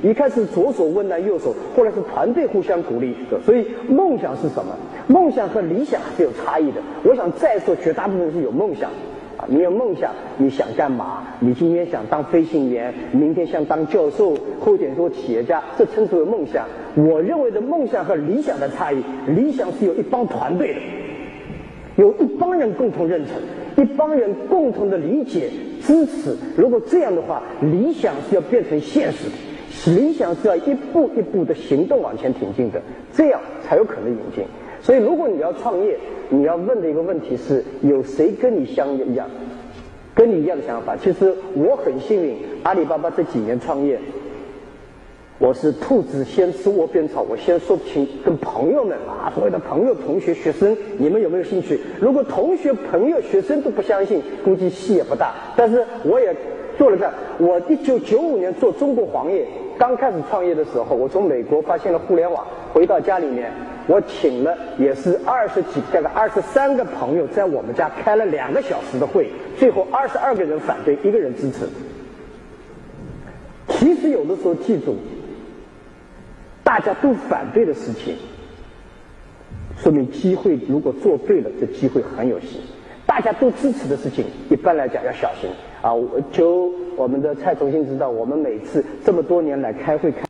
一开始左手问难右手，后来是团队互相鼓励。所以梦想是什么？梦想和理想是有差异的。我想在座绝大部分是有梦想啊，你有梦想，你想干嘛？你今天想当飞行员，明天想当教授，后天说企业家，这称之为梦想。我认为的梦想和理想的差异，理想是有一帮团队的，有一帮人共同认成，一帮人共同的理解支持。如果这样的话，理想是要变成现实的，理想是要一步一步的行动往前挺进的，这样才有可能引进。所以如果你要创业，你要问的一个问题是，有谁跟你一样的想法？其实我很幸运，阿里巴巴这几年创业，我是兔子先吃窝边草，我先说清跟朋友们啊，所谓的朋友、同学、学生，你们有没有兴趣？如果同学、朋友、学生都不相信，估计戏也不大。但是我也做了这样，我1995年做中国黄页，刚开始创业的时候，我从美国发现了互联网，回到家里面，我请了也是大概23个朋友在我们家开了2个小时的会，最后22个人反对，1个人支持。其实有的时候记住，大家都反对的事情，说明机会如果做对了，这机会很有戏。大家都支持的事情，一般来讲要小心啊！我们的蔡崇信知道，我们每次这么多年来开会